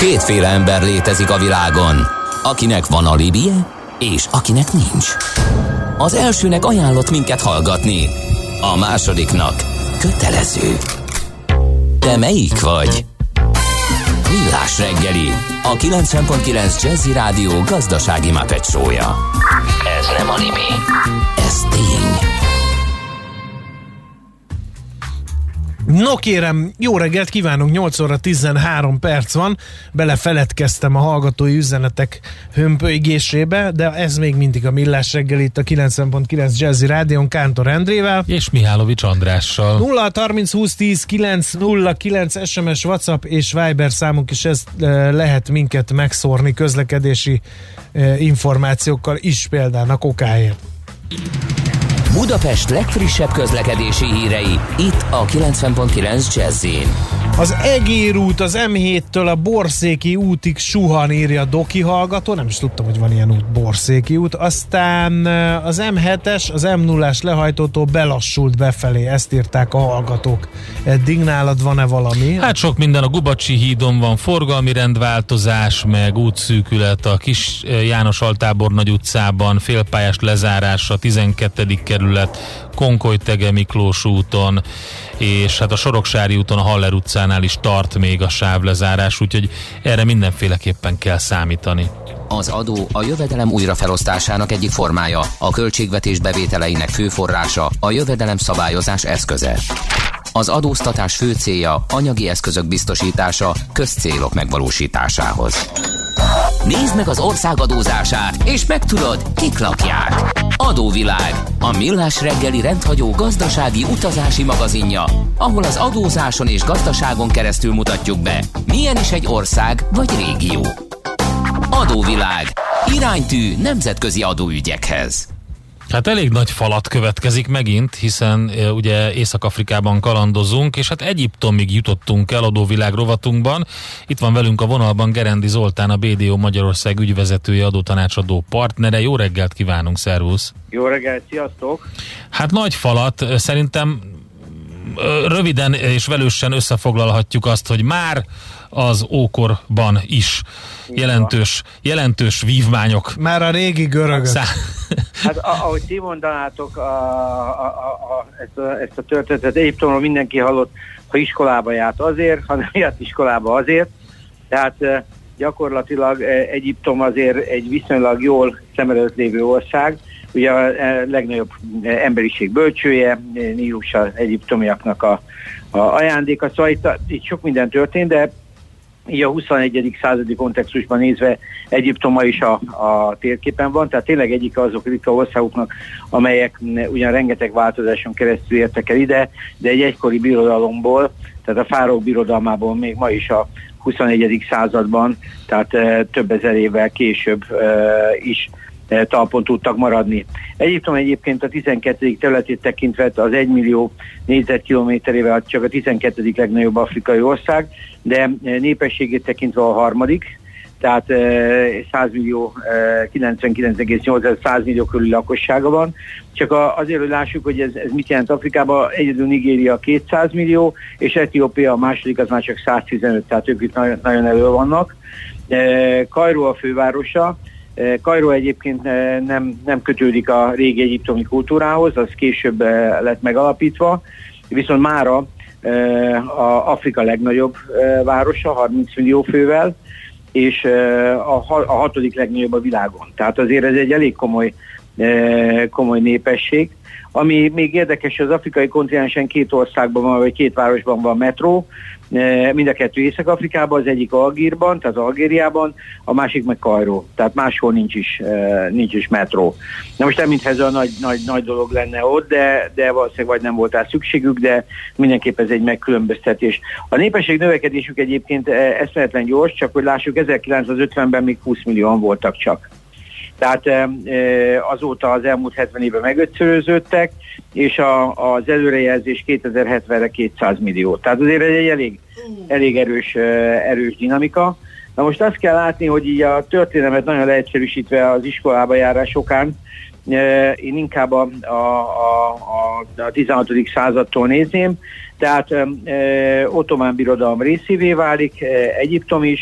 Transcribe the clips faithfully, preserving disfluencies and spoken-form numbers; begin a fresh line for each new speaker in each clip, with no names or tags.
Kétféle ember létezik a világon, akinek van alibije, és akinek nincs. Az elsőnek ajánlott minket hallgatni, a másodiknak kötelező. Te melyik vagy? Millás reggeli, a kilencven pont kilenc Jazzy Rádió gazdasági Muppet show-ja. Ez nem anime, ez tény.
No kérem, jó reggelt kívánunk, nyolc óra tizenhárom perc van, belefeledkeztem a hallgatói üzenetek hömpölygésébe, de ez még mindig a Millás reggel itt a kilencven pont kilenc Jazzy Rádión Kántor Endrével.
És Mihálovics Andrással.
nulla harminc húsz tíz kilenc nulla kilenc es em es, WhatsApp és Viber számunk is, ez lehet minket megszórni közlekedési információkkal is, például a kokáért.
Budapest legfrissebb közlekedési hírei, itt a kilencven pont kilenc Jazzyn.
Az Egér út az em héttől a Borszéki útig suhan, írja Doki hallgató, nem is tudtam, hogy van ilyen út, Borszéki út. Aztán az em hetes, az em nullás lehajtótól belassult befelé, ezt írták a hallgatók. Eddig nálad van-e valami?
Hát sok minden, a Gubacsi hídon van forgalmi rendváltozás, meg útszűkület a Kis János Altábor Nagy utcában, félpályás lezárás a tizenkettedik kerület, Konkoly-Tege Miklós úton, és hát a Soroksári úton, a Haller utcánál is tart még a sávlezárás, úgyhogy erre mindenféleképpen kell számítani.
Az adó a jövedelem újrafelosztásának egyik formája, a költségvetés bevételeinek fő forrása, a jövedelem szabályozás eszköze. Az adóztatás fő célja anyagi eszközök biztosítása közcélok megvalósításához. Nézd meg az ország adózását, és megtudod, kik lakják. Adóvilág, a Millás reggeli rendhagyó gazdasági utazási magazinja, ahol az adózáson és gazdaságon keresztül mutatjuk be, milyen is egy ország vagy régió. Adóvilág, iránytű nemzetközi adóügyekhez.
Hát elég nagy falat következik megint, hiszen e, ugye Észak-Afrikában kalandozunk, és hát Egyiptomig jutottunk el adóvilág rovatunkban. Itt van velünk a vonalban Gerendi Zoltán, a bé dé o Magyarország ügyvezetője, adótanácsadó partnere. Jó reggelt kívánunk, szervusz!
Jó reggelt, sziasztok!
Hát nagy falat, szerintem röviden és velősen összefoglalhatjuk azt, hogy már az ókorban is jelentős, jelentős vívmányok.
Már a régi görögök.
Szá- hát ahogy ti mondanátok a, a, a, a, ezt, a, ezt a történetet, Egyiptomról mindenki hallott, ha iskolába járt azért, ha nem járt iskolába azért. Tehát gyakorlatilag Egyiptom azért egy viszonylag jól szem előtt lévő ország. Ugye a legnagyobb emberiség bölcsője, Nílus az egyiptomiaknak a, a ajándéka. Szóval itt, itt sok minden történt, de így a huszonegyedik századi kontextusban nézve Egyiptom ma is a, a térképen van, tehát tényleg egyik azok ritka országoknak, amelyek ugyan rengeteg változáson keresztül értek el ide, de egy egykori birodalomból, tehát a fáraók birodalmából még ma is a huszonegyedik században, tehát e, több ezer évvel később e, is e, talpon tudtak maradni. Egyiptom egyébként a tizenkettedik területét tekintve az egymillió négyzetkilométerével csak a tizenkettedik legnagyobb afrikai ország, de népességét tekintve a harmadik, tehát száz millió, kilencvenkilenc egész nyolc száz millió körüli lakossága van. Csak azért, hogy lássuk, hogy ez, ez mit jelent Afrikában, egyedül Nigéria kétszáz millió, és Etiópia a második, az már csak száztizenöt, tehát ők itt nagyon, nagyon elő vannak. Kairó a fővárosa. Kairó egyébként nem, nem kötődik a régi egyiptomi kultúrához, az később lett megalapítva, viszont mára a Afrika legnagyobb városa, harminc millió fővel, és a hatodik legnagyobb a világon. Tehát azért ez egy elég komoly, komoly népesség. Ami még érdekes, az afrikai kontinensen két országban van, vagy két városban van metró, mind a kettő Észak-Afrikában, az egyik Algírban, tehát Algériában, a másik meg Kairó, tehát máshol nincs is, nincs is metró. Na most nem mintha ez a nagy, nagy, nagy dolog lenne ott, de, de valószínűleg vagy nem volt rá szükségük, de mindenképp ez egy megkülönböztetés. A népesség növekedésük egyébként eszméletlen gyors, csak hogy lássuk, ezerkilencszázötvenben még húsz millióan voltak csak. Tehát azóta az elmúlt hetven évben megötszöröződtek, és a, az előrejelzés kétezer-hetvenre kétszáz millió. Tehát azért ez egy elég, elég erős, erős dinamika. Na most azt kell látni, hogy így a történelmet nagyon leegyszerűsítve az iskolába járás sokán, én inkább a, a, a, a tizenhatodik századtól nézném. Tehát e, ottomán birodalom részévé válik, e, Egyiptom is,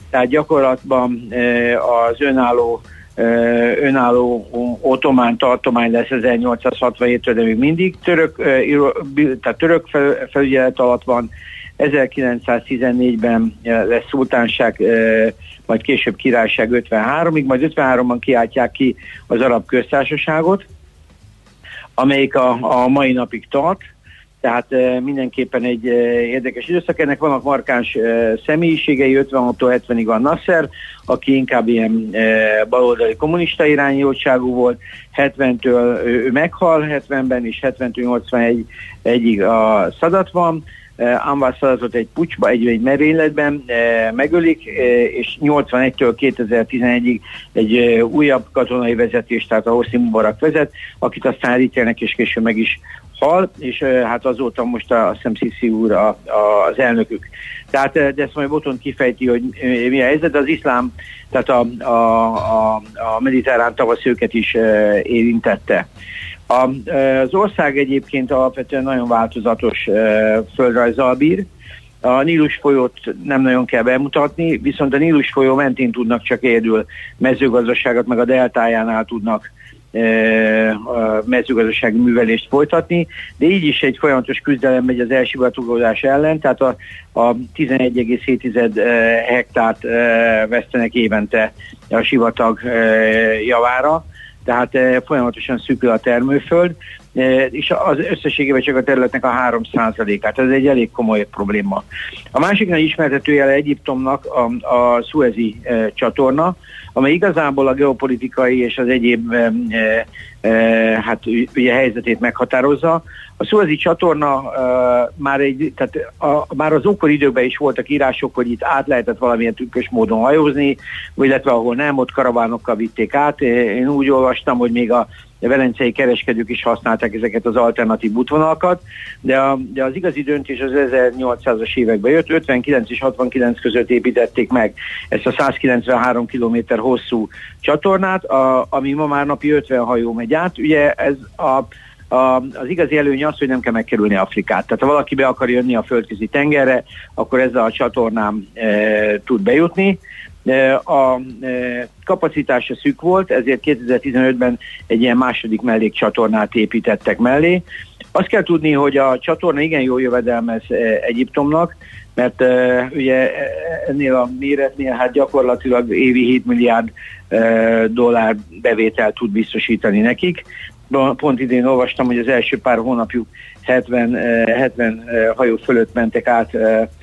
tehát gyakorlatban az önálló önálló ottomán tartomány lesz ezernyolcszázhatvanhéttől, de még mindig török, tehát török felügyelet alatt van. ezerkilencszáztizennégyben lesz szultánság, majd később királyság ötvenháromig, majd ötvenháromban kiáltják ki az arab köztársaságot, amelyik a, a mai napig tart. Tehát e, mindenképpen egy e, érdekes időszak. Ennek vannak markáns e, személyiségei, ötvenhattól hetvenig van Nasser, aki inkább ilyen e, baloldali kommunista irányultságú volt, hetventől ő, ő meghal, hetvenben és hetventől nyolcvanegyig a Szadat van, e, Anwar Szadatot egy puccsba, egy, egy merényletben e, megölik, e, és nyolcvanegytől kétezer-tizenegyig egy e, újabb katonai vezetés, tehát a Hosni Mubarak vezet, akit aztán elítélnek, és később meg is hal, és hát azóta most a, azt hiszem Sisi úr a, a, az elnökük. Tehát, de ezt majd Botond kifejti, hogy mi a helyzet, az iszlám, tehát a, a, a, a mediterrán tavasz őket is e, érintette. A, az ország egyébként alapvetően nagyon változatos e, földrajzzal bír. A Nílus folyót nem nagyon kell bemutatni, viszont a Nílus folyó mentén tudnak csak egyedül mezőgazdaságot, meg a deltájánál tudnak a mezőgazdasági művelést folytatni, de így is egy folyamatos küzdelem megy az elsivatagolás ellen, tehát a, a tizenegy egész hét hektárt vesztenek évente a sivatag javára, tehát folyamatosan szűkül a termőföld, és az összességében csak a területnek a három százalékát. Ez egy elég komoly probléma. A másik nagy ismertetőjele Egyiptomnak a, a Szuezi e, csatorna, amely igazából a geopolitikai és az egyéb e, e, hát ugye helyzetét meghatározza. A Szuezi csatorna e, már, egy, tehát a, már az ókori időkben is voltak írások, hogy itt át lehetett valamilyen trükkös módon hajózni, vagy illetve ahol nem, ott karavánokkal vitték át. Én úgy olvastam, hogy még a a velencei kereskedők is használták ezeket az alternatív útvonalakat, de, a, de az igazi döntés az ezernyolcszázas években jött, ötvenkilenc és hatvankilenc között építették meg ezt a százkilencvenhárom kilométer hosszú csatornát, a, ami ma már napi ötven hajó megy át. Ugye ez a, a, az igazi előnye az, hogy nem kell megkerülni Afrikát. Tehát ha valaki be akar jönni a földközi tengerre, akkor ezzel a csatornán e, tud bejutni. A kapacitása szűk volt, ezért kétezer-tizenötben egy ilyen második mellékcsatornát építettek mellé. Azt kell tudni, hogy a csatorna igen jól jövedelmez Egyiptomnak, mert ugye ennél a méretnél hát gyakorlatilag évi hét milliárd dollár bevételt tud biztosítani nekik. Pont idén olvastam, hogy az első pár hónapjuk hetven, hetven hajó fölött mentek át.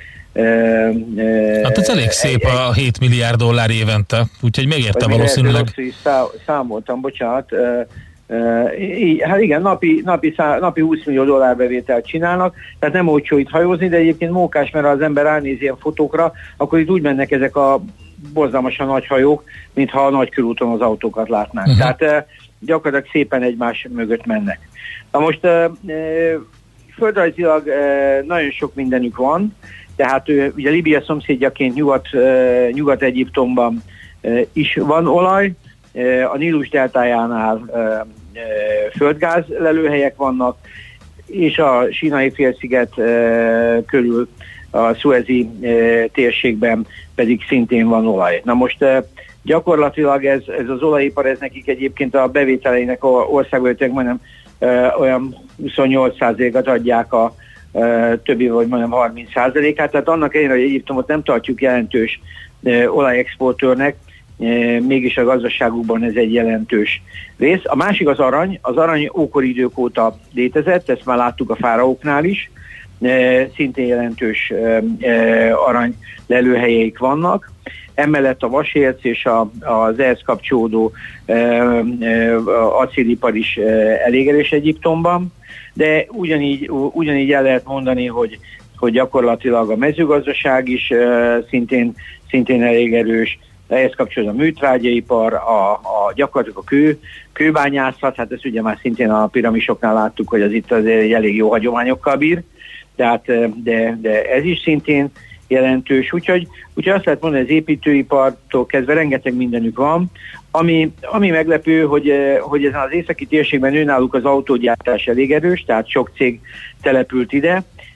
Hát ez elég szép a hét milliárd dollár évente, úgyhogy megérte valószínűleg.
Számoltam, bocsánat. Hát igen, napi, napi, napi húsz millió dollár bevételt csinálnak, tehát nem olcsó itt hajózni, de egyébként mókás, mert ha az ember ránéz ilyen fotókra, akkor itt úgy mennek ezek a borzalmasan nagy hajók, mintha a nagy körúton az autókat látnánk. Uh-huh. Tehát gyakorlatilag szépen egymás mögött mennek. Na most földrajzilag nagyon sok mindenük van, tehát ugye Líbia szomszédjaként Nyugat, Nyugat-Egyiptomban is van olaj, a Nílus deltájánál földgáz lelőhelyek vannak, és a Sínai félsziget körül a Szuezi térségben pedig szintén van olaj. Na most gyakorlatilag ez, ez az olajipar, ez nekik egyébként a bevételeinek országban majdnem olyan huszonnyolc százalékot adják a Uh, többi vagy mondjam harminc százalékát, tehát annak ellenére, hogy Egyiptomot nem tartjuk jelentős uh, olajexportőrnek, uh, mégis a gazdaságukban ez egy jelentős rész. A másik az arany, az arany ókori idők óta létezett, ezt már láttuk a fáraóknál is, uh, szintén jelentős uh, uh, arany lelőhelyeik vannak. Emellett a vasérc és a, az ehhez kapcsolódó uh, uh, acélipar is uh, elég erős Egyiptomban, de ugyanígy, ugyanígy el lehet mondani, hogy, hogy gyakorlatilag a mezőgazdaság is uh, szintén, szintén elég erős, ehhez kapcsolatban a műtrágyaipar, a, a gyakorlatilag a kő, kőbányászat, hát ezt ugye már szintén a piramisoknál láttuk, hogy az itt azért egy elég jó hagyományokkal bír, tehát, de, de ez is szintén jelentős, úgyhogy, úgyhogy azt lehet mondani, hogy az építőipartól kezdve rengeteg mindenük van, ami, ami meglepő, hogy, hogy ezen az északi térségben önálluk az autógyártás elég erős, tehát sok cég települt ide,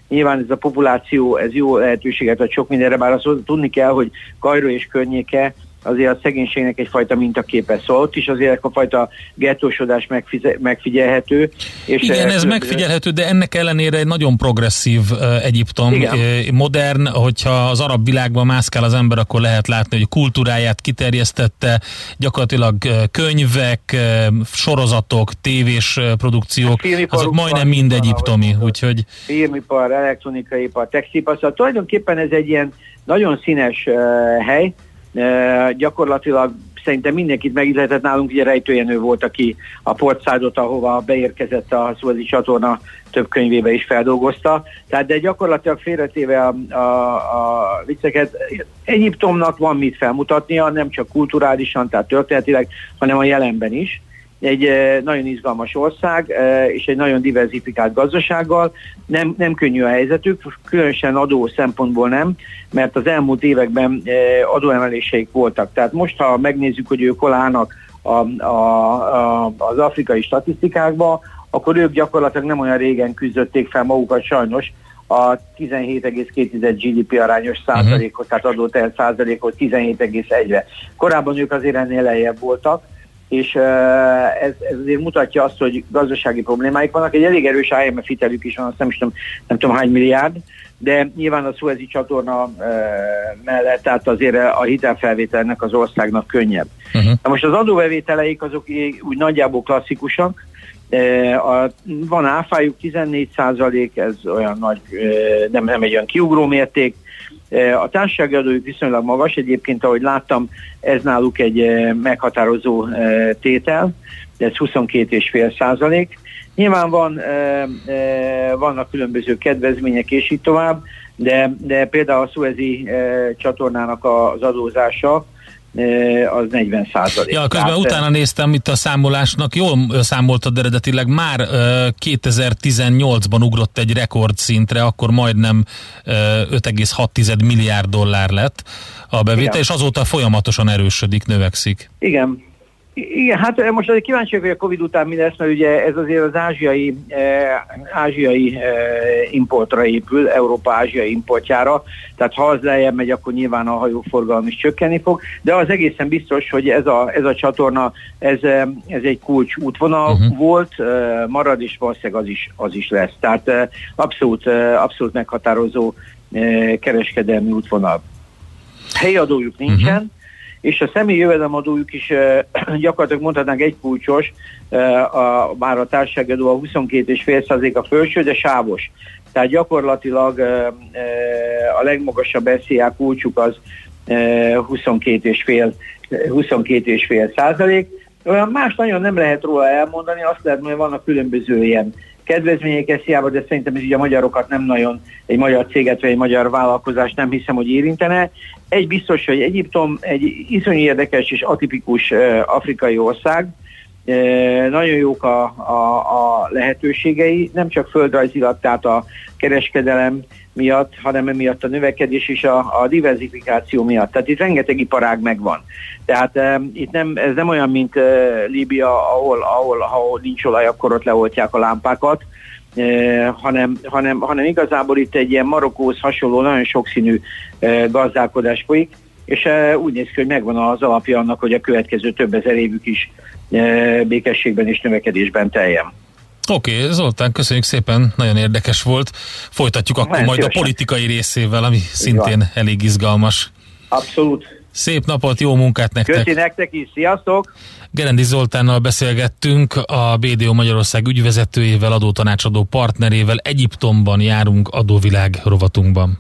Nyilván ez a populáció, ez jó lehetőséget ad sok mindenre, bár azt tudni kell, hogy Kairó és környéke azért a szegénységnek egyfajta mintaképe, szóval ott is azért a fajta gettósodás megfigyelhető. És
igen, ez megfigyelhető, de ennek ellenére egy nagyon progresszív uh, Egyiptom, uh, modern, hogyha az arab világban mászkál az ember, akkor lehet látni, hogy kultúráját kiterjesztette, gyakorlatilag uh, könyvek, uh, sorozatok, tévés uh, produkciók, azok majdnem mind egyiptomi, úgyhogy...
Filmipar, elektronikai-ipar, textilipar, szóval tulajdonképpen ez egy ilyen nagyon színes uh, hely. Uh, gyakorlatilag szerintem mindenkit megilletett, nálunk ugye Rejtő Jenő volt, aki a Portszádot, ahova beérkezett a Szuezi csatorna több könyvébe is feldolgozta. Tehát de gyakorlatilag félretéve a, a, a vicceket, Egyiptomnak van mit felmutatnia, nem csak kulturálisan, tehát történetileg, hanem a jelenben is. Egy nagyon izgalmas ország, és egy nagyon diversifikált gazdasággal. Nem, nem könnyű a helyzetük, különösen adó szempontból nem, mert az elmúlt években adóemeléseik voltak. Tehát most, ha megnézzük, hogy ők hol állnak a, a, a, az afrikai statisztikákba, akkor ők gyakorlatilag nem olyan régen küzdötték fel magukat sajnos a tizenhét egész két gé dé pé arányos százalékot, uh-huh. tehát adóteher százalékot tizenhét egész egyre. Korábban ők azért ennél lejjebb voltak, és ez, ez azért mutatja azt, hogy gazdasági problémáik vannak. Egy elég erős I M F hitelük is van, azt nem, tudom, nem tudom hány milliárd, de nyilván a Szuezi csatorna mellett, tehát azért a hitelfelvételnek az országnak könnyebb. Uh-huh. Na most az adóbevételeik azok úgy nagyjából klasszikusak. A, van áfájuk tizennégy százalék, ez olyan nagy, nem, nem egy olyan kiugró mérték. A társasági adójuk viszonylag magas, egyébként ahogy láttam, ez náluk egy meghatározó tétel, ez huszonkét egész öt százalék. Nyilván van, vannak különböző kedvezmények és így tovább, de, de például a Szuezi csatornának az adózása az negyven százalék.
Ja, közben Tehát, utána néztem itt a számolásnak, jól számoltad eredetileg, már kétezer-tizennyolcban ugrott egy rekordszintre, akkor majdnem öt egész hat milliárd dollár lett a bevétel, igen. És azóta folyamatosan erősödik, növekszik.
Igen. Igen, hát most azért kíváncsi vagyok, hogy a Covid után mi lesz, mert ugye ez azért az ázsiai, eh, ázsiai eh, importra épül, Európa ázsiai importjára, tehát ha az lejjebb megy, akkor nyilván a hajóforgalom is csökkenni fog, de az egészen biztos, hogy ez a, ez a csatorna, ez, ez egy kulcs útvonal uh-huh. volt, eh, marad, és valószínűleg az is, az is lesz. Tehát eh, abszolút, eh, abszolút meghatározó eh, kereskedelmi útvonal. Helyi adójuk nincsen, uh-huh. és a személyi jövedelemadójuk is uh, gyakorlatilag mondhatnánk egy kulcsos, uh, a, bár a társasági adó a huszonkét egész öt százalék a felső, de sávos. Tehát gyakorlatilag uh, uh, a legmagasabb es zé á kulcsuk az uh, huszonkét egész öt százalék. Olyan más nagyon nem lehet róla elmondani, azt lehet, hogy vannak különböző ilyen kedvezmények es zé á-ba, de szerintem ez így a magyarokat nem nagyon, egy magyar céget vagy egy magyar vállalkozást nem hiszem, hogy érintene. Egy biztos, hogy Egyiptom egy iszonyú érdekes és atipikus uh, afrikai ország, uh, nagyon jók a, a, a lehetőségei, nem csak földrajzilag, tehát a kereskedelem miatt, hanem emiatt a növekedés és a, a diversifikáció miatt. Tehát itt rengeteg iparág megvan. Tehát um, itt nem, ez nem olyan, mint uh, Líbia, ahol, ahol, ahol nincs olaj, akkor ott leoltják a lámpákat, uh, hanem, hanem, hanem igazából itt egy ilyen Marokkóhoz hasonló, nagyon sokszínű uh, gazdálkodás folyik, és uh, úgy néz ki, hogy megvan az alapja annak, hogy a következő több ezer évük is uh, békességben és növekedésben teljen.
Oké, okay, Zoltán, köszönjük szépen, nagyon érdekes volt. Folytatjuk akkor majd szívesen a politikai részével, ami szintén elég izgalmas.
Abszolút.
Szép napot, jó munkát nektek!
Köszi nektek is, sziasztok!
Gerendi Zoltánnal beszélgettünk, a bé dé o Magyarország ügyvezetőjével, adótanácsadó partnerével. Egyiptomban járunk adóvilág rovatunkban.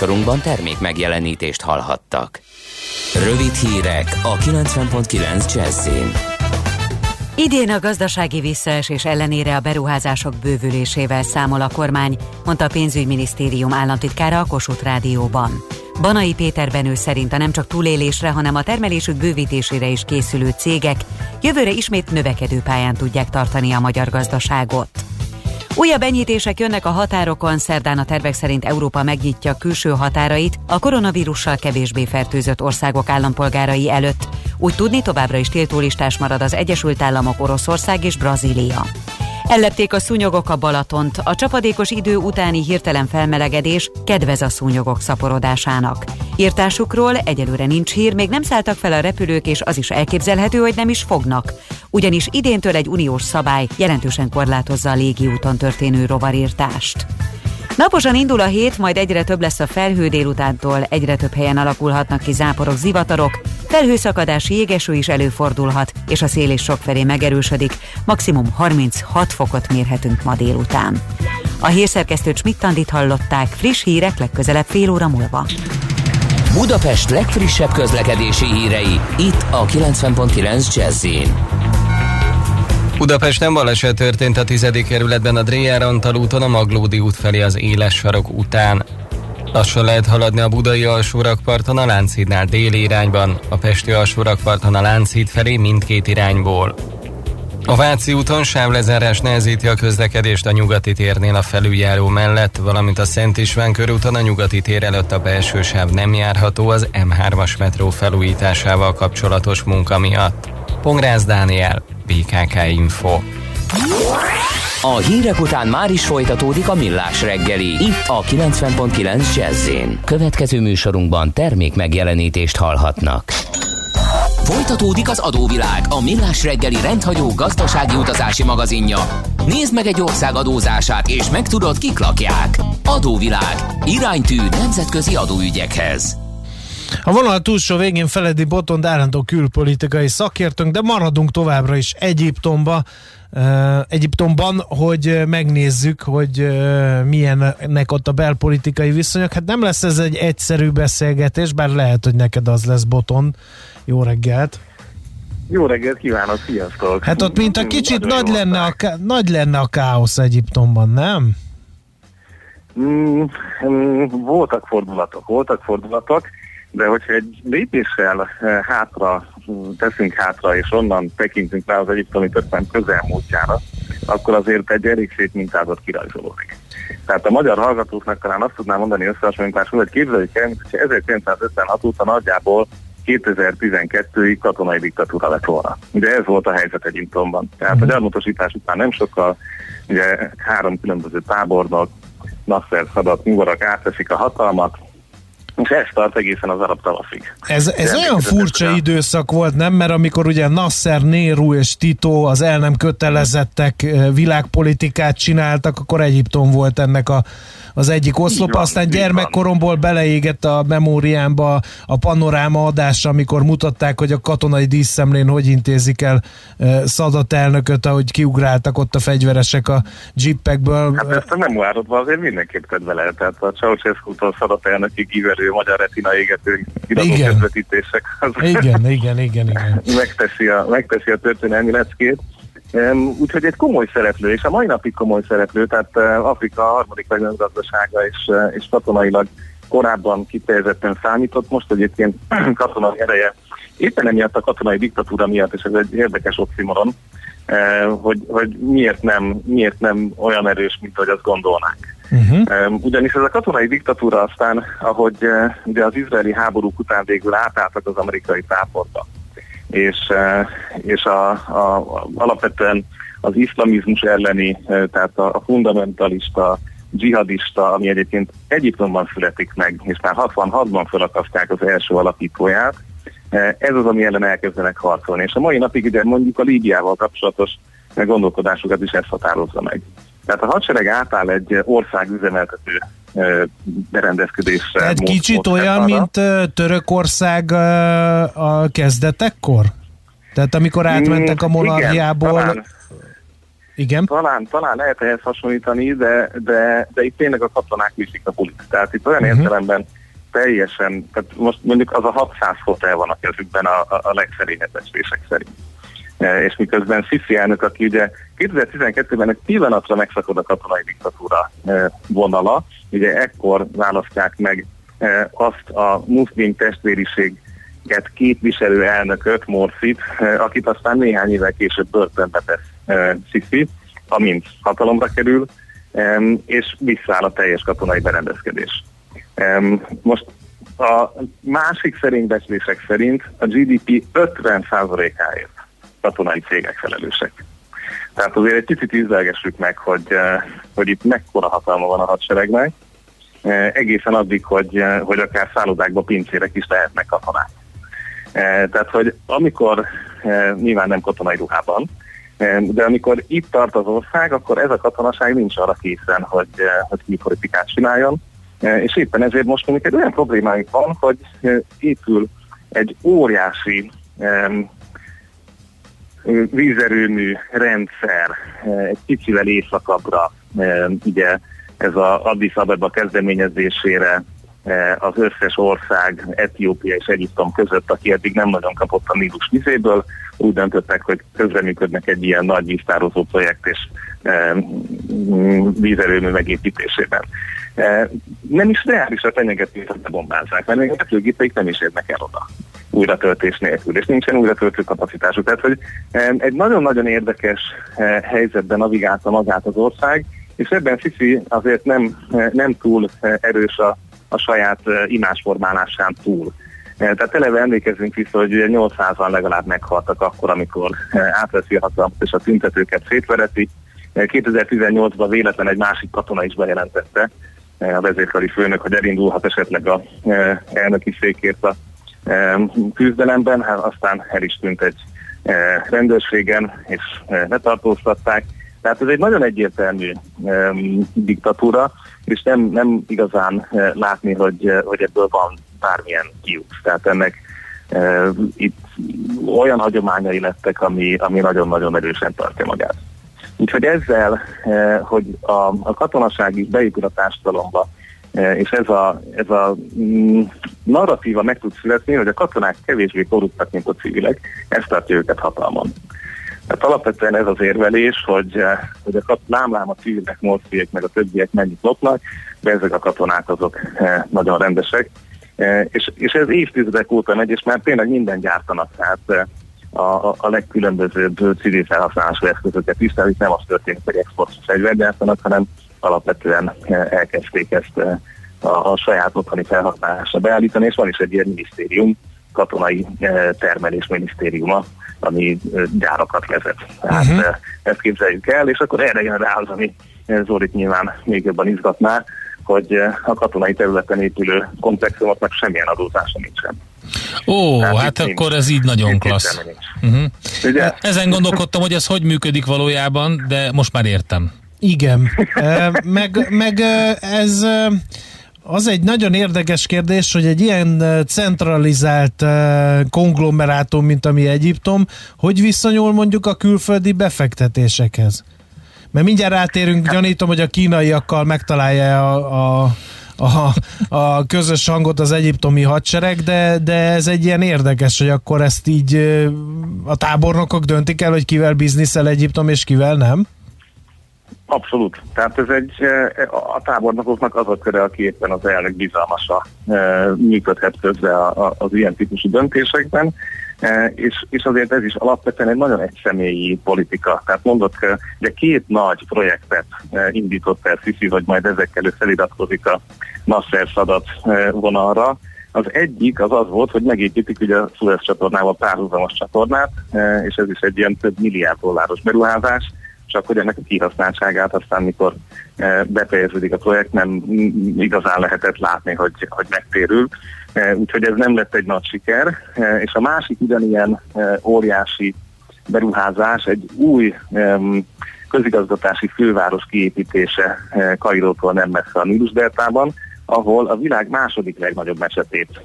műsorunkban termék megjelenítést hallhattak. Rövid hírek a kilencven pont kilenc Jazzin.
Idén a gazdasági visszaesés ellenére a beruházások bővülésével számol a kormány, mondta a pénzügyminisztérium államtitkára a Kossuth Rádióban. Banai Péter Benő szerint a nem csak túlélésre, hanem a termelésük bővítésére is készülő cégek jövőre ismét növekedő pályán tudják tartani a magyar gazdaságot. Újabb enyhítések jönnek a határokon, szerdán a tervek szerint Európa megnyitja külső határait a koronavírussal kevésbé fertőzött országok állampolgárai előtt. Úgy tudni, továbbra is tiltólistás marad az Egyesült Államok, Oroszország és Brazília. Ellepték a szúnyogok a Balatont, a csapadékos idő utáni hirtelen felmelegedés kedvez a szúnyogok szaporodásának. Írtásukról egyelőre nincs hír, még nem szálltak fel a repülők, és az is elképzelhető, hogy nem is fognak. Ugyanis idéntől egy uniós szabály jelentősen korlátozza a légiúton történő rovarírtást. Naposan indul a hét, majd egyre több lesz a felhő, délutántól egyre több helyen alakulhatnak ki záporok, zivatarok, felhőszakadás, jégeső is előfordulhat, és a szél is sokfelé megerősödik, maximum harminchat fokot mérhetünk ma délután. A hírszerkesztő Schmidt-Tandit hallották, friss hírek legközelebb fél óra múlva.
Budapest legfrissebb közlekedési hírei, itt a kilencven pont kilenc Jazzin.
Budapesten baleset történt a tizedik kerületben a Dreher Antal úton a Maglódi út felé az Éles sarok után. Lassan lehet haladni a budai alsórakparton a Lánchídnál déli irányban, a pesti alsórakparton a Lánchíd felé mindkét irányból. A Váci úton sávlezárás nehezíti a közlekedést a Nyugati térnél a felüljáró mellett, valamint a Szent István körúton a Nyugati tér előtt a belső sáv nem járható az em hármas metró felújításával kapcsolatos munka miatt. Pongrász Dániel, bé ká ká Info.
A hírek után már is folytatódik a Millás reggeli, itt a kilencven pont kilenc Jazzin. Következő műsorunkban termék megjelenítést hallhatnak. Folytatódik az adóvilág, a Millás reggeli rendhagyó gazdasági utazási magazinja. Nézd meg egy ország adózását, és megtudod, kik lakják. Adóvilág. Iránytű nemzetközi adóügyekhez.
A vonal túlsó végén Feledi Botond állandó külpolitikai szakértőnk, de maradunk továbbra is Egyiptomba, uh, Egyiptomban, hogy megnézzük, hogy uh, milyennek ott a belpolitikai viszonyok. Hát nem lesz ez egy egyszerű beszélgetés, bár lehet, hogy neked az lesz, Botond. Jó reggelt!
Jó reggelt kívánok, sziasztok!
Hát ott mint a kicsit nagy lenne a, ká- nagy lenne a káosz Egyiptomban, nem?
Mm, mm, voltak fordulatok, voltak fordulatok, de hogyha egy lépéssel hátra, teszünk hátra, és onnan tekintünk rá az egyiptomi történelem közelmúltjára, akkor azért egy elég szép mintázat kirajzolódik. Tehát a magyar hallgatóknak talán azt tudnám mondani összehasonlításul, hogy képzeljük el, hogy ezerkilencszázötvenhat óta nagyjából kétezer-tizenkettőig katonai diktatúra lett volna. Ugye ez volt a helyzet Egyiptomban. Tehát a gyarmatosítás után nem sokkal, ugye három különböző tábornok, Nasser, Sadat, Mubarak átveszik a hatalmat, és ez tart egészen az arab tavaszig.
Ez, ez olyan furcsa a... időszak volt, nem? Mert amikor ugye Nasser, Nehru és Tito, az el nem kötelezettek világpolitikát csináltak, akkor Egyiptom volt ennek a, az egyik oszlop, van, aztán gyermekkoromból beleégett a memóriámba a panoráma adásra, amikor mutatták, hogy a katonai díszszemlén hogy intézik el uh, Szadat elnököt, ahogy kiugráltak ott a fegyveresek a jeepekből.
Hát ezt a memoárodban azért mindenképp kedve lehet, tehát a Ceausescu-tól Szadat elnökig íverő magyar retina égető irató közvetítések.
Igen, igen, igen, igen.
megteszi, a, megteszi a történelmi leckét. Um, úgyhogy egy komoly szereplő, és a mai napig komoly szereplő, tehát uh, Afrika a harmadik legnagyobb gazdasága, és, uh, és katonailag korábban kifejezetten számított, most egyébként katonai ereje éppen emiatt a katonai diktatúra miatt, és ez egy érdekes oximoron, uh, hogy, hogy miért, nem, miért nem olyan erős, mint hogy azt gondolnánk. Uh-huh. Um, ugyanis ez a katonai diktatúra aztán, ahogy uh, ugye az izraeli háborúk után végül átálltak az amerikai táborba, és, és a, a, a, alapvetően az iszlamizmus elleni, tehát a, a fundamentalista, dzsihadista, ami egyébként Egyiptomban születik meg, és már hatvanhatban felakasztják az első alapítóját, ez az, ami ellen elkezdenek harcolni. És a mai napig ugye mondjuk a Líbiával kapcsolatos gondolkodásukat is ezt határozza meg. Tehát a hadsereg átáll egy ország üzemeltető berendezkedésre.
Tehát kicsit olyan, mint Törökország a kezdetekkor? Tehát amikor átmentek a monarchiából...
Igen, talán,
Igen.
Talán, talán lehet ehhez hasonlítani, de, de, de itt tényleg a katonák viszik a bulit. Tehát itt olyan
uh-huh.
értelemben teljesen, tehát most mondjuk az a hatszáz hotel van a kezükben a, a, a legszerényebb becslések szerint. E, és miközben Sisi elnök, aki ugye kétezer-tizenkettőben egy pillanatra megszakad a katonai diktatúra e, vonala, ugye ekkor választják meg e, azt a muszlim testvériséget képviselő elnököt, Morsit, e, akit aztán néhány évvel később börtönbe tesz e, Sisi, amint hatalomra kerül, e, és visszaáll a teljes katonai berendezkedés. Um, most a másik szerint becslések szerint a gé dé pé ötven százalékáért katonai cégek felelősek. Tehát azért egy kicsit ízlelgessük meg, hogy, uh, hogy itt mekkora hatalma van a hadseregnek, uh, egészen addig, hogy, uh, hogy akár szállodákba, pincérek is lehetnek katonák. Uh, tehát, hogy amikor uh, nyilván nem katonai ruhában, uh, de amikor itt tart az ország, akkor ez a katonaság nincs arra készen, hogy, uh, hogy külpolitikát csináljon. És éppen ezért most mondjuk egy olyan problémáink van, hogy épül egy óriási um, vízerőmű rendszer egy kicsivel északabbra, um, ugye ez az Addis Abeba kezdeményezésére az összes ország, Etiópia és Egyiptom között, aki eddig nem nagyon kapott a Nílus vizéből, úgy döntöttek, hogy közreműködnek egy ilyen nagy víztározó projekt és um, vízerőmű megépítésében. Nem is reális a fenyegetés, hogy bombázzák, mert még a repülőgépeik nem is érnek el oda újratöltés nélkül, és nincsen újratöltő kapacitásuk. Tehát, hogy egy nagyon-nagyon érdekes helyzetben navigálta magát az ország, és ebben Sisi azért nem, nem túl erős a, a saját imázsformálásán túl. Tehát eleve emlékezzünk vissza, hogy nyolcszázan legalább meghaltak akkor, amikor átveszi a hatalmat és a tüntetőket szétvereti. kétezer-tizennyolcban véletlen egy másik katona is bejelentette, a vezérkari főnök, hogy elindulhat esetleg a e, elnöki székért a e, küzdelemben, hát aztán el is tűnt egy e, rendőrségen, és e, letartóztatták. Tehát ez egy nagyon egyértelmű e, diktatúra, és nem, nem igazán e, látni, hogy, e, hogy ebből van bármilyen kiút. Tehát ennek e, itt olyan hagyományai lettek, ami, ami nagyon-nagyon erősen tartja magát. Úgyhogy ezzel, hogy a, a katonaság is beépül a társadalomba, és ez a, ez a narratíva meg tud születni, hogy a katonák kevésbé korruptak, mint a civilek, ezt tartja őket hatalmon. Tehát alapvetően ez az érvelés, hogy, hogy a lámlám a civilek, morfiek, meg a többiek mennyit lopnak, de ezek a katonák azok nagyon rendesek. És, és ez évtizedek óta megy, és már tényleg minden gyártanak, tehát A, a legkülönbözőbb civil felhasználású eszközöket is, tehát itt nem az történik, hogy exportos fegyvert gyártanak, hanem alapvetően elkezdték ezt a, a saját otthoni felhasználásra beállítani, és van is egy ilyen minisztérium, katonai termelés minisztériuma, ami gyárakat vezet. Tehát uh-huh. ezt képzeljük el, és akkor erre jön rá az, ami Zorit nyilván még jobban izgatná, hogy a katonai területen épülő komplexumoknak semmilyen adózása nincsen.
Ó, hát, hát akkor nincs. Ez így nagyon klassz. Uh-huh. Ezen gondolkodtam, hogy ez hogy működik valójában, de most már értem.
Igen. meg, meg ez az egy nagyon érdekes kérdés, hogy egy ilyen centralizált konglomerátum, mint ami Egyiptom, hogy viszonyul mondjuk a külföldi befektetésekhez? Mert mindjárt rátérünk, gyanítom, hogy a kínaiakkal megtalálja a, a, a, a közös hangot az egyiptomi hadsereg, de, de ez egy ilyen érdekes, hogy akkor ezt így a tábornokok döntik el, hogy kivel bizniszel Egyiptom és kivel nem?
Abszolút. Tehát ez egy, a tábornokoknak az a köre, aki éppen az elnök bizalmasa működhet közre az ilyen típusú döntésekben. És, és azért ez is alapvetően egy nagyon egyszemélyi politika. Tehát mondott, hogy két nagy projektet indított el Sisi, hogy majd ezekkel feliratkozik a Nasser-Sadat vonalra. Az egyik az az volt, hogy megépítik ugye a Suez csatornával párhuzamos csatornát, és ez is egy ilyen több milliárd dolláros beruházás, csak hogy ennek a kihasználtságát aztán, mikor befejeződik a projekt, nem igazán lehetett látni, hogy, hogy megtérül. Úgyhogy ez nem lett egy nagy siker. És a másik ugyanilyen óriási beruházás egy új közigazgatási főváros kiépítése Kairótól nem messze a Nílus-deltában, ahol a világ második legnagyobb mecsetét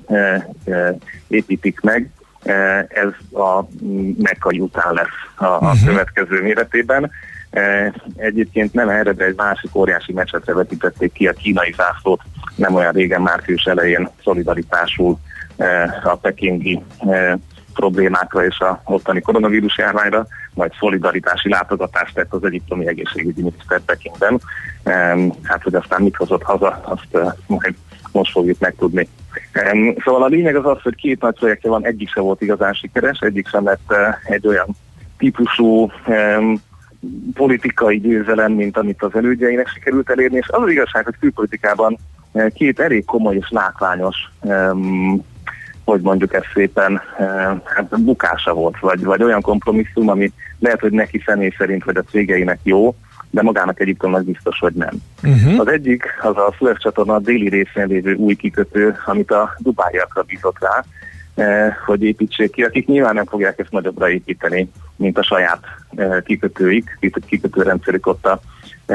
építik meg. Ez a Mekkai után lesz a, a következő méretében. Egyébként nem erre, de egy másik óriási meccsetre vetítették ki a kínai zászlót, nem olyan régen, március elején szolidaritásul a pekingi problémákra és a ottani koronavírus járványra, majd szolidaritási látogatást tett az egyiptomi egészségügyi miniszter Pekingben. Hát, hogy aztán mit hozott haza, azt majd most fogjuk megtudni. Szóval a lényeg az az, hogy két nagy projektje van, egyik sem volt igazán sikeres, egyik sem lett egy olyan típusú politikai győzelem, mint amit az elődjeinek sikerült elérni, és az az igazság, hogy külpolitikában két elég komoly és látványos, hogy mondjuk ezt szépen, hát bukása volt, vagy, vagy olyan kompromisszum, ami lehet, hogy neki személy szerint, vagy a cégeinek jó, de magának Egyiptomnak biztos, hogy nem. Uh-huh. Az egyik az a Suez csatorna déli részén lévő új kikötő, amit a dubáiakra bízott rá, hogy építsék ki, akik nyilván nem fogják ezt nagyobbra építeni, mint a saját kikötőik, kikötőrendszerük ott a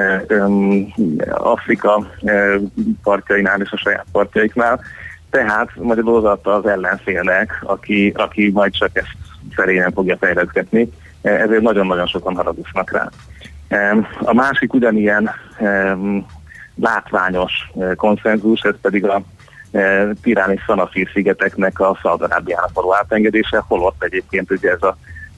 Afrika partjainál és a saját partjaiknál. Tehát magyarázata az ellenfélnek, aki, aki majd csak ezt szerényen fogja fejleszgetni, ezért nagyon-nagyon sokan haragudnak rá. A másik ugyanilyen látványos konszenzus, ez pedig a Tirán és Szanafír szigeteknek a Szaúd-Arábiának való átengedése, holott egyébként ugye ez a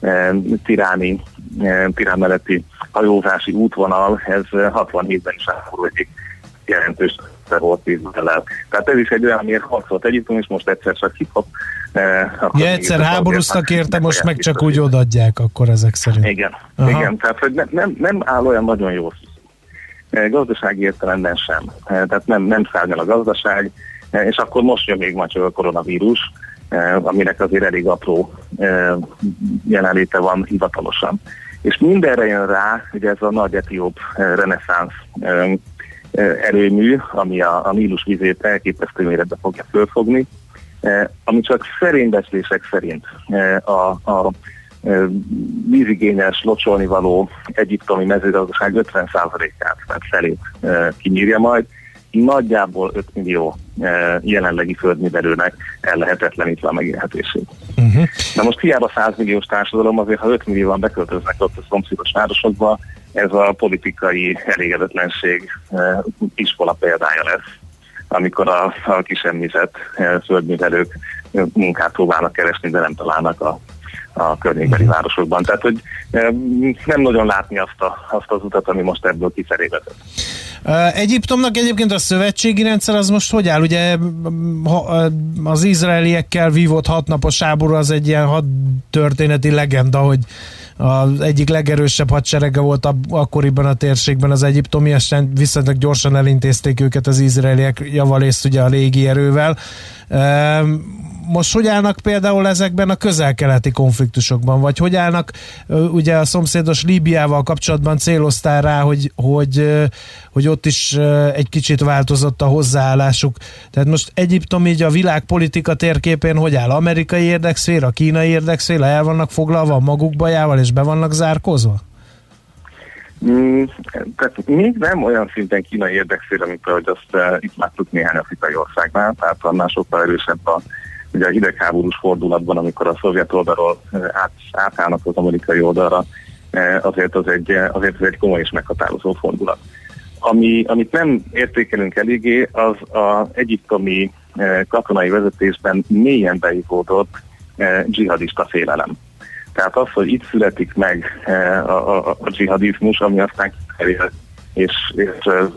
tiráni, Tirán melletti hajózási útvonal, ez hatvanhétben is áll egyik jelentős volt Izraellel. Tehát ez is egy olyan, amiért harcolt Egyiptom, és most egyszer csak hip-hop. Eh,
ja, egyszer háborúztak érte, most meg csak úgy odaadják akkor ezek szerint.
Igen, igen, tehát hogy ne, nem, nem áll olyan nagyon jó eh, gazdasági értelemben sem. Eh, tehát nem, nem szárnyal a gazdaság, eh, és akkor most jön még majd csak a koronavírus, eh, aminek azért elég apró eh, jelenléte van hivatalosan. És mindenre jön rá, hogy ez a nagy etióp eh, reneszánsz eh, erőmű, ami a, a Nílus vizét elképesztő méretbe fogja fölfogni, eh, ami csak szerénybecslések szerint eh, a, a eh, vízigényes, locsolni való egyiptomi mezőgazdaság ötven százalékát, tehát felét eh, kinyírja majd, nagyjából öt millió eh, jelenlegi földművelőnek ellehetetlenítve a megélhetését. Uh-huh. Na most hiába száz milliós társadalom, azért ha öt millióan beköltöznek ott a szomszédos városokba, ez a politikai elégedetlenség eh, iskola példája lesz, amikor a, a kisemmizett eh, földművelők eh, munkát próbálnak keresni, de nem találnak a, a környékbeli városokban. Tehát, hogy eh, nem nagyon látni azt, a, azt az utat, ami most ebből kifelé vezet.
Uh, Egyiptomnak egyébként a szövetségi rendszer az most hogy áll? Ugye ha, az izraeliekkel vívott hatnapos háború az egy ilyen hadtörténeti legenda, hogy az egyik legerősebb hadserege volt ab, akkoriban a térségben az egyiptomi, aztán viszonylag gyorsan elintézték őket az izraeliek javarészt ugye a légierővel. Uh, most hogy állnak például ezekben a közel-keleti konfliktusokban, vagy hogy állnak uh, ugye a szomszédos Líbiával kapcsolatban céloztál rá, hogy, hogy, uh, hogy ott is uh, egy kicsit változott a hozzáállásuk. Tehát most Egyiptom így a világpolitika térképén hogy áll? Amerikai érdekszféra, kínai érdekszféra el vannak foglalva maguk bajával és be vannak zárkozva?
Mm, tehát még nem olyan szinten kínai érdekszféra, mint ahogy azt uh, itt láttuk néhány afrikai országnál, tehát annál sokkal erősebb a ugye a hidegháborús fordulatban, amikor a szovjet oldalról át, átállnak az amerikai oldalra, azért az egy, azért az egy komoly és meghatározó fordulat. Ami, amit nem értékelünk eléggé, az az egyiptomi katonai vezetésben mélyen beivódott dzsihadista félelem. Tehát az, hogy itt születik meg a, a, a dzsihadizmus, ami aztán kiterjed, és, és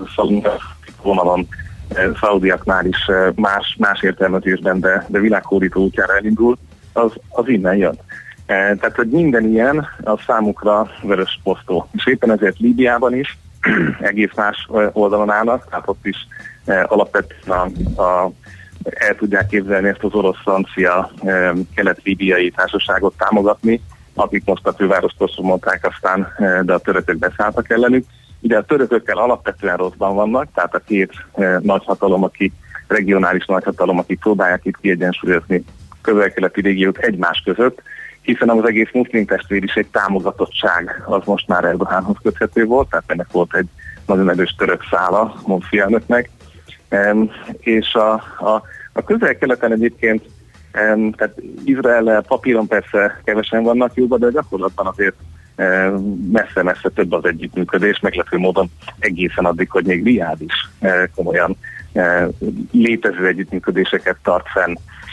vonalon szaudiaknál is más, más értelmezésben, de, de világhódító útjára elindul, az, az innen jön. Tehát, hogy minden ilyen az számukra vörös posztó. És éppen ezért Líbiában is egész más oldalon állnak, tehát ott is alapvetően a, a, el tudják képzelni ezt az orosz-francia kelet-líbiai társaságot támogatni, akik most a fővárost mondták aztán, de a törökök beszálltak ellenük. Ugye a törökökkel alapvetően rosszban vannak, tehát a két e, nagyhatalom, aki regionális nagyhatalom, akik próbálják itt kiegyensúlyozni közel-keleti régiót egymás között, hiszen az egész muszlim testvériség támogatottság az most már Erdogánhoz köthető volt, tehát ennek volt egy nagyon erős török szála Morsi elnöknek, e, és a, a, a közel-keleten egyébként e, tehát Izrael papíron persze kevesen vannak jóban, de gyakorlatban azért messze-messze több az együttműködés, meglepő módon egészen addig, hogy még Riád is komolyan létező együttműködéseket tart fenn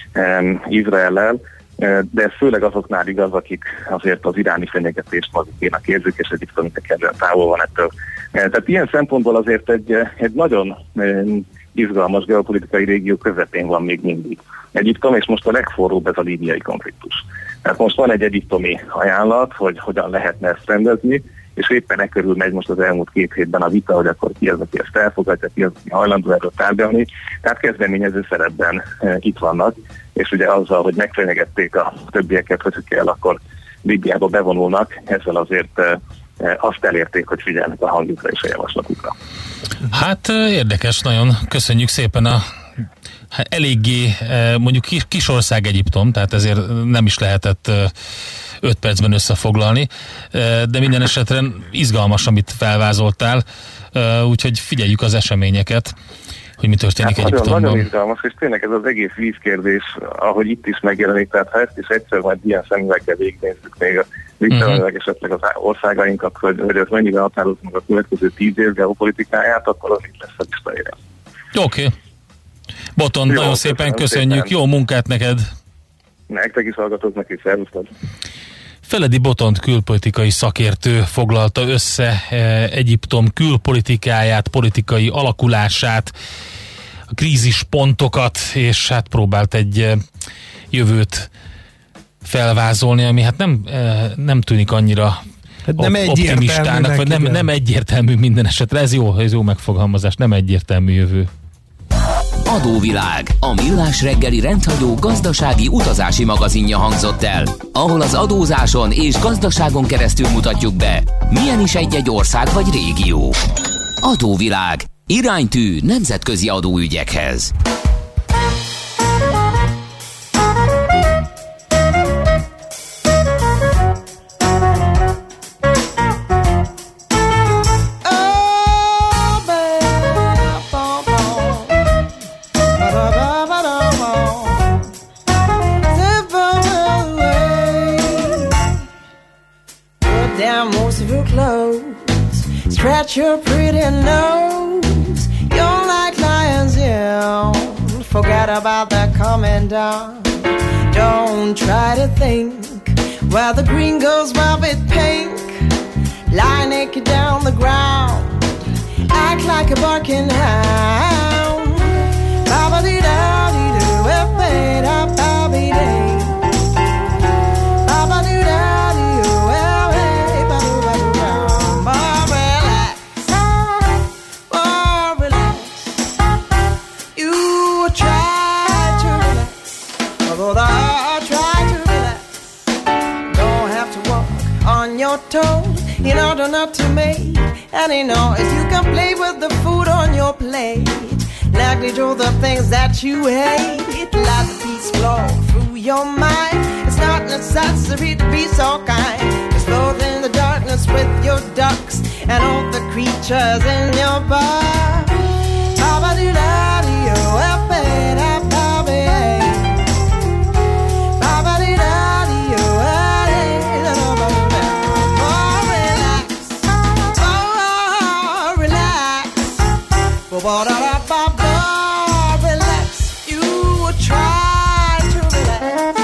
Izraellel, de ez főleg azoknál igaz, akik azért az iráni fenyegetést magukénak érzik, és Egyiptom kellően távol van ettől. Tehát ilyen szempontból azért egy, egy nagyon izgalmas geopolitikai régió közepén van még mindig Egyiptom, és most a legforróbb ez a líbiai konfliktus. Tehát most van egy egyiptomi ajánlat, hogy hogyan lehetne ezt rendezni, és éppen e körül megy most az elmúlt két hétben a vita, hogy akkor ki az, aki ezt elfogadja, ki az, aki hajlandó erről tárgyalni. Tehát kezdeményező szerepben e, itt vannak, és ugye azzal, hogy megfenyegették a többieket, hogy kell, akkor Líbiába bevonulnak, ezzel azért e, e, azt elérték, hogy figyelnek a hangjukra és a javaslatukra.
Hát érdekes, nagyon köszönjük szépen a eléggé mondjuk kis ország Egyiptom, tehát ezért nem is lehetett öt percben összefoglalni, de minden esetre izgalmas, amit felvázoltál, úgyhogy figyeljük az eseményeket, hogy mi történik hát Egyiptomban.
Nagyon, nagyon izgalmas, és tényleg ez az egész vízkérdés, ahogy itt is megjelenik, tehát ha ezt is egyszer majd ilyen szemüveggel végignézzük még a visszamenőleg uh-huh. esetleg az országainkat, hogy, hogy ez mennyire határozza meg a következő tíz év geopolitikáját, akkor az itt lesz a listaére.
Oké. Okay. Boton, jó, nagyon szépen köszönjük, szépen. Jó munkát neked!
Nektek is hallgatóknak is, szervusztok!
Feledi Botont külpolitikai szakértő foglalta össze Egyiptom külpolitikáját, politikai alakulását, a krízispontokat, és hát próbált egy jövőt felvázolni, ami hát nem, nem tűnik annyira
hát nem
op- optimistának, vagy nem, nem egyértelmű minden esetre. Ez jó, ez jó megfogalmazás, nem egyértelmű jövő.
Adóvilág, a millás reggeli rendhagyó gazdasági utazási magazinja hangzott el, ahol az adózáson és gazdaságon keresztül mutatjuk be, milyen is egy-egy ország vagy régió. Adóvilág, iránytű nemzetközi adóügyekhez.
Stretch your pretty nose, you're like lions, yeah. Forget about that coming down. Don't try to think where the green goes well with pink. Lie naked down the ground, act like a barking hound. Ba-ba-dee-da-dee-doo, ba-ba-dee-da-ba-ba-dee. Toes in order not to make any noise. You can play with the food on your plate, neglect all the things that you hate. Let the peace flow through your mind. It's not necessary to be so kind. Just float in the darkness with your ducks and all the creatures in your bar. Relax, you try to relax.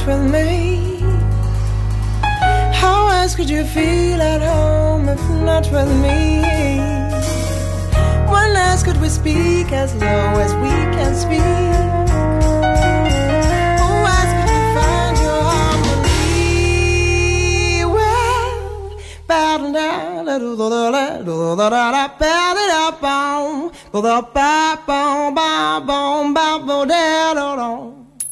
with me? How else could you feel at home if not with me? When last could we speak as low as we can speak? How else could you find your harmony? Well, battle down, da da da da da da da da, battle up on, da da ba ba ba ba ba ba da da da.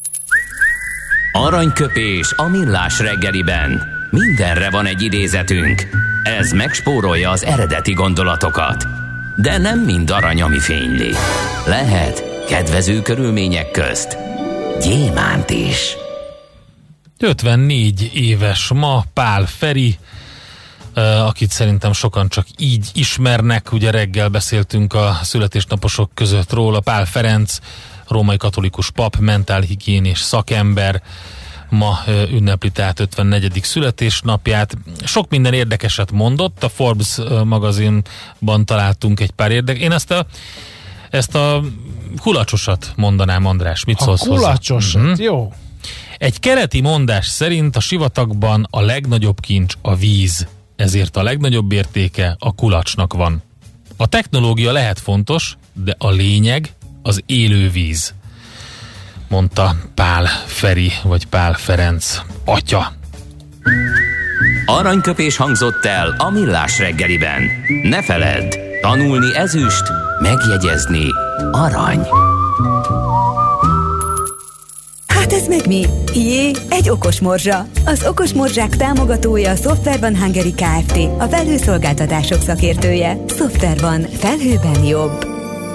Aranyköpés a millás reggeliben. Mindenre van egy idézetünk. Ez megspórolja az eredeti gondolatokat. De nem mind arany, ami fényli. Lehet kedvező körülmények közt gyémánt is.
ötvennégy éves ma Pál Feri, akit szerintem sokan csak így ismernek. Ugye reggel beszéltünk a születésnaposok között róla. Pál Ferenc, római katolikus pap, mentálhigiénés szakember, ma ünnepli tehát ötvennegyedik születésnapját. Sok minden érdekeset mondott, a Forbes magazinban találtunk egy pár érdekes. Én ezt a, ezt a kulacsosat mondanám, András, mit szólsz hozzá?
A kulacsosat, uh-huh. Jó.
Egy keleti mondás szerint a sivatagban a legnagyobb kincs a víz, ezért a legnagyobb értéke a kulacsnak van. A technológia lehet fontos, de a lényeg az élő víz, mondta Pál Feri, vagy Pál Ferenc atya.
Aranyköpés hangzott el a millás reggeliben. Ne feledd, tanulni ezüst, megjegyezni arany.
Hát ez meg mi? Jé, egy okos morzsa. Az okos morzsák támogatója a Software One Hungary Kft., a felhőszolgáltatások szakértője. Software One. Felhőben jobb.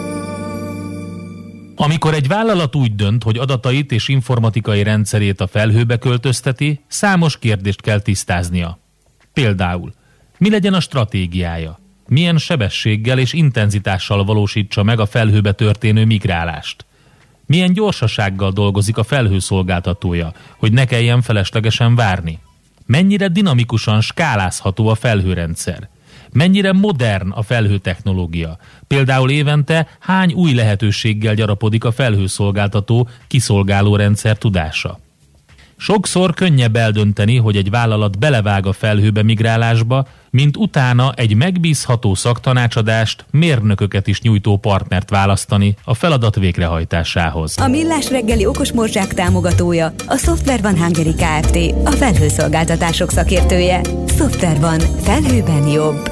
Amikor egy vállalat úgy dönt, hogy adatait és informatikai rendszerét a felhőbe költözteti, számos kérdést kell tisztáznia. Például, mi legyen a stratégiája? Milyen sebességgel és intenzitással valósítsa meg a felhőbe történő migrálást? Milyen gyorsasággal dolgozik a felhőszolgáltatója, hogy ne kelljen feleslegesen várni? Mennyire dinamikusan skálázható a felhőrendszer? Mennyire modern a felhőtechnológia? Például évente hány új lehetőséggel gyarapodik a felhőszolgáltató kiszolgáló rendszer tudása? Sokszor könnyebb eldönteni, hogy egy vállalat belevág a felhőbe migrálásba, mint utána egy megbízható szaktanácsadást, mérnököket is nyújtó partnert választani a feladat végrehajtásához.
A millás reggeli okos morzsák támogatója a Software One Hungary Kft., a felhőszolgáltatások szakértője. Software One. Felhőben jobb.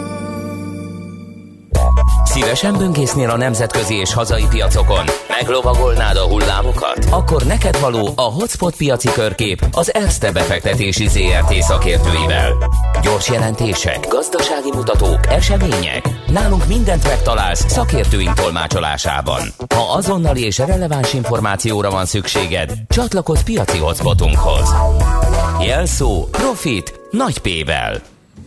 Szívesen böngésznél a nemzetközi és hazai piacokon? Meglovagolnád a hullámokat? Akkor neked való a Hotspot piaci körkép az Erste befektetési zé er té szakértőivel. Gyors jelentések, gazdasági mutatók, események. Nálunk mindent megtalálsz szakértőink tolmácsolásában. Ha azonnali és releváns információra van szükséged, csatlakozz piaci hotspotunkhoz. Jelszó Profit nagy P-vel.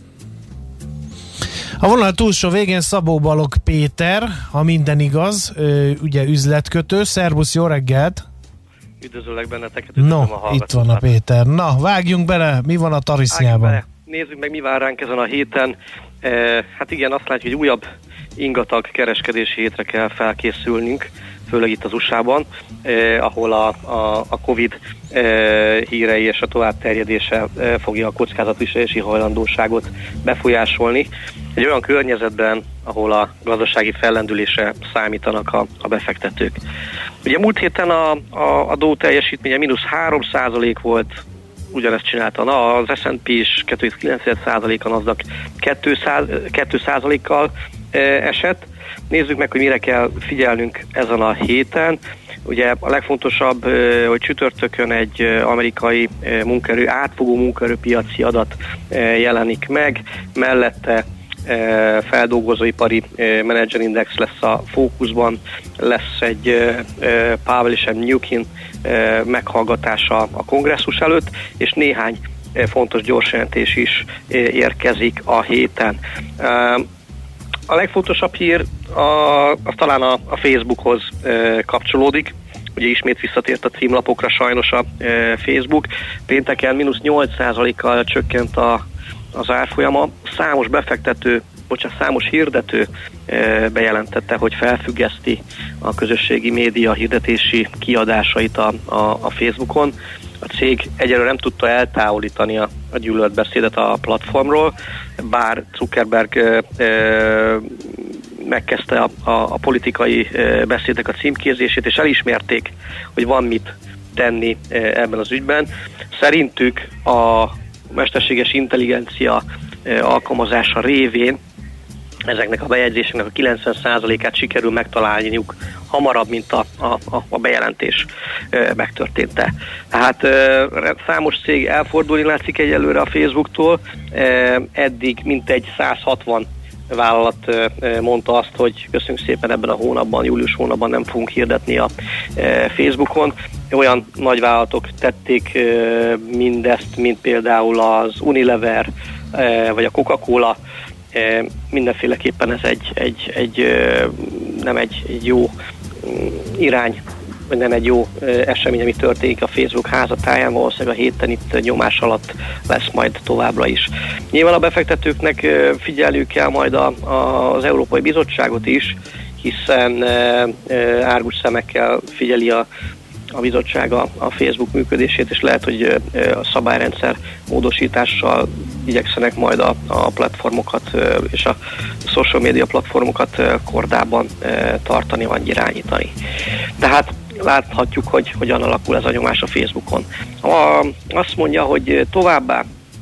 A vonal túlsó végén Szabó Balogh Péter, ha minden igaz, ugye üzletkötő. Szerbusz, jó reggelt!
Üdvözöllek benneteket,
no,
a hallgatókat.
Itt van a Péter. Na, vágjunk bele, mi van a tarisznyában?
Nézzük meg, mi vár ránk ezen a héten. E, hát igen, azt látjuk, hogy újabb ingatag kereskedési hétre kell felkészülnünk, főleg itt az u es á-ban, eh, ahol a, a, a Covid eh, hírei és a továbbterjedése eh, fogja a kockázatviselési hajlandóságot befolyásolni. Egy olyan környezetben, ahol a gazdasági fellendülésre számítanak a, a befektetők. Ugye múlt héten a, a, a dó teljesítménye mínusz három százalék volt, ugyanezt csinálta. Na, az es and pé is kettő egész kilenc százaléka, az kettő százalékkal eh, esett. Nézzük meg, hogy mire kell figyelnünk ezen a héten. Ugye a legfontosabb, hogy csütörtökön egy amerikai munkaerő, átfogó munkaerőpiaci adat jelenik meg, mellette feldolgozóipari menedzserindex lesz a fókuszban, lesz egy Powell és Mnuchin meghallgatása a kongresszus előtt, és néhány fontos gyorsjelentés is érkezik a héten. A legfontosabb hír a, az talán a, a Facebookhoz e, kapcsolódik. Ugye ismét visszatért a címlapokra sajnos a e, Facebook. Pénteken mínusz nyolc százalékkal csökkent a, az árfolyama. Számos befektető, bocsánat, számos hirdető e, bejelentette, hogy felfüggeszti a közösségi média hirdetési kiadásait a, a, a Facebookon. a cég egyelőre nem tudta eltávolítani a, a gyűlöletbeszédet a platformról, bár Zuckerberg ö, ö, megkezdte a, a, a politikai ö, beszédek a címkézését, és elismerték, hogy van mit tenni ö, ebben az ügyben. Szerintük a mesterséges intelligencia ö, alkalmazása révén ezeknek a bejegyzéseknek a kilencven százalékát sikerül megtalálniuk hamarabb, mint a, a, a bejelentés e, megtörténte. Tehát e, számos cég elfordulni látszik egyelőre a Facebooktól, e, eddig mintegy száz hatvan vállalat e, mondta azt, hogy köszönjük szépen, ebben a hónapban, július hónapban nem fogunk hirdetni a e, Facebookon. Olyan nagyvállalatok tették e, mindezt, mint például az Unilever e, vagy a Coca-Cola. E, mindenféleképpen ez egy, egy, egy e, nem egy, egy jó irány, vagy nem egy jó e, esemény, ami történik a Facebook házatáján, valószínűleg a héten itt nyomás alatt lesz majd továbbra is. Nyilván a befektetőknek e, figyelniük kell majd a, a, az Európai Bizottságot is, hiszen e, e, árgus szemekkel figyeli a a bizottság a, a Facebook működését, és lehet, hogy a szabályrendszer módosítással igyekszenek majd a, a platformokat és a social media platformokat kordában tartani, vagy irányítani. Tehát láthatjuk, hogy hogyan alakul ez a nyomás a Facebookon. A, azt mondja, hogy továbbá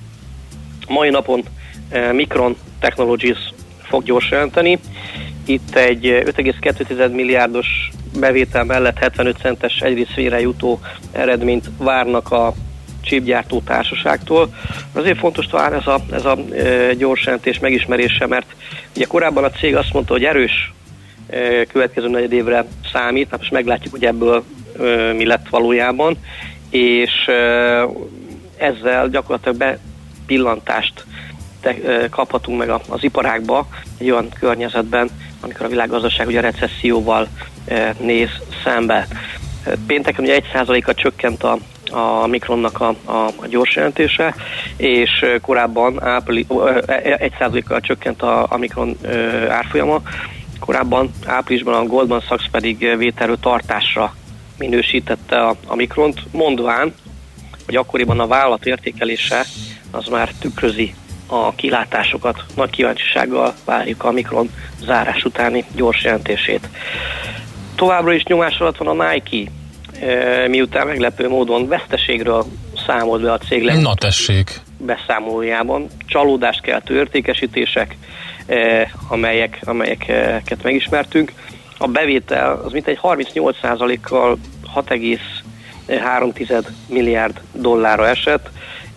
mai napon Micron Technologies fog gyors jelenteni. Itt egy öt egész kettő milliárdos bevétel mellett hetvenöt centes egyrészvényre jutó eredményt várnak a chipgyártó társaságtól. Azért fontos talán ez a, ez a e, gyors jelentés megismerése, mert ugye korábban a cég azt mondta, hogy erős e, következő negyed évre számít, hát most meglátjuk, hogy ebből e, mi lett valójában, és e, ezzel gyakorlatilag bepillantást te, e, kaphatunk meg az iparágba egy olyan környezetben, amikor a világgazdaság ugye a recesszióval e, néz szembe. Pénteken ugye egy százalékkal csökkent a, a Micronnak a, a, a gyors jelentése, és korábban április, egy százalékkal csökkent a, a Micron e, árfolyama. Korábban áprilisban a Goldman Sachs pedig vételről tartásra minősítette a, a Micront, mondván, hogy akkoriban a vállalat értékelése az már tükrözi a kilátásokat. Nagy kíváncsisággal várjuk a Micron zárás utáni gyors jelentését. Továbbra is nyomás alatt van a Nike, miután meglepő módon veszteségről számolt be a cég
Na tessék.
beszámolójában. Csalódást keltő értékesítések, amelyek, amelyeket megismertünk. A bevétel az mintegy harmincnyolc százalékkal hat egész három milliárd dollárra esett,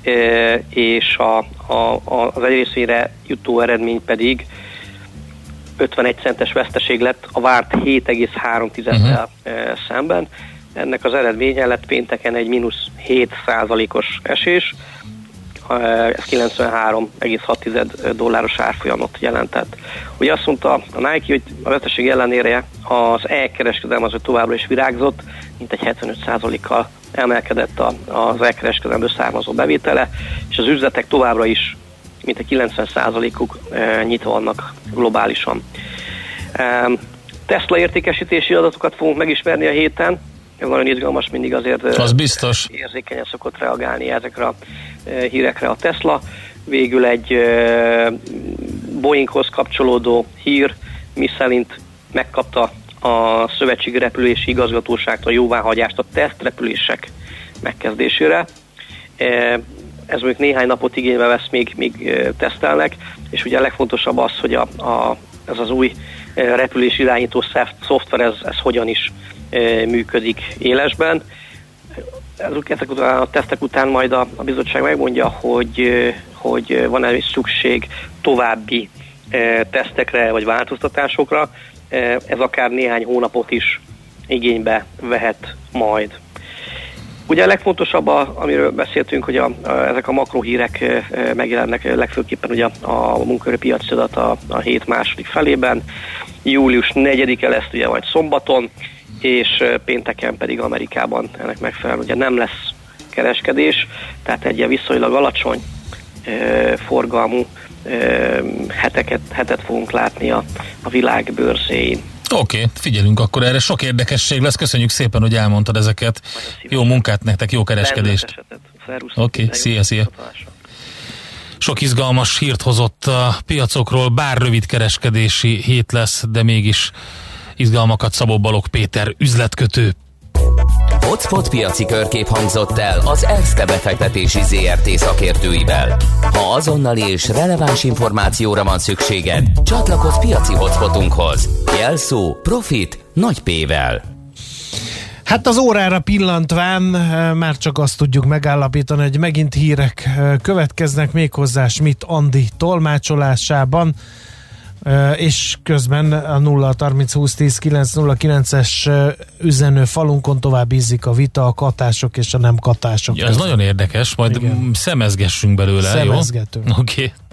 és a, a, az egyrészvényre jutó eredmény pedig ötvenegy centes veszteség lett a várt hét egész három uh-huh. szemben. Ennek az eredménye lett pénteken egy mínusz hét százalékos esés, ez kilencvenhárom egész hat dolláros árfolyamot jelentett. Ugye azt mondta a Nike, hogy a veszteség ellenére az e-kereskedelem az továbbra is virágzott, mint egy hetvenöt százalékkal emelkedett az e-kereskedelemből származó bevétele, és az üzletek továbbra is mint a kilencven százalékuk nyitva vannak globálisan. Tesla értékesítési adatokat fogunk megismerni a héten. Ez nagyon izgalmas, mindig azért
az biztos.
Érzékenyen szokott reagálni ezekre a hírekre a Tesla. Végül egy Boeinghoz kapcsolódó hír, miszerint megkapta a Szövetségi Repülési Igazgatóságtól jóváhagyást a tesztrepülések megkezdésére. Ez mondjuk néhány napot igénybe vesz, még, még tesztelnek, és ugye a legfontosabb az, hogy a, a, ez az új repülés irányító szoftver, ez, ez hogyan is e, működik élesben. Ezek után, a tesztek után majd a, a bizottság megmondja, hogy, hogy van-e is szükség további e, tesztekre vagy változtatásokra. E, ez akár néhány hónapot is igénybe vehet majd. Ugye a legfontosabb, a, amiről beszéltünk, hogy a, a, ezek a makrohírek e, megjelennek legfőképpen ugye a, a munkaerőpiaci adat a, a hét második felében. Július negyedike lesz ugye majd szombaton, és e, pénteken pedig Amerikában ennek megfelelően ugye nem lesz kereskedés, tehát egy ilyen viszonylag alacsony e, forgalmú e, heteket, hetet fogunk látni a, a világ bőrzéin.
Oké, okay, figyelünk akkor erre, sok érdekesség lesz, köszönjük szépen, hogy elmondtad ezeket. Jó munkát nektek, jó kereskedést. Oké, okay, szia, szia. Sok izgalmas hírt hozott a piacokról, bár rövid kereskedési hét lesz, de mégis izgalmakat Szabó Balogh Péter üzletkötő.
Hotspot piaci körkép hangzott el az Erste befektetési zé er té szakértőivel. Ha azonnali és releváns információra van szükséged, csatlakozz piaci hotspotunkhoz. Jelszó Profit nagy P-vel.
Hát az órára pillantván már csak azt tudjuk megállapítani, hogy megint hírek következnek, méghozzá Schmidt Andi tolmácsolásában, és közben a nulla harminc húsz tíz kilenc nulla kilences üzenő falunkon tovább ízik a vita a katások és a nem katások.
Ja, ez nagyon érdekes, majd igen. Szemezgessünk belőle.
Szemezgetünk.
Oké. Okay.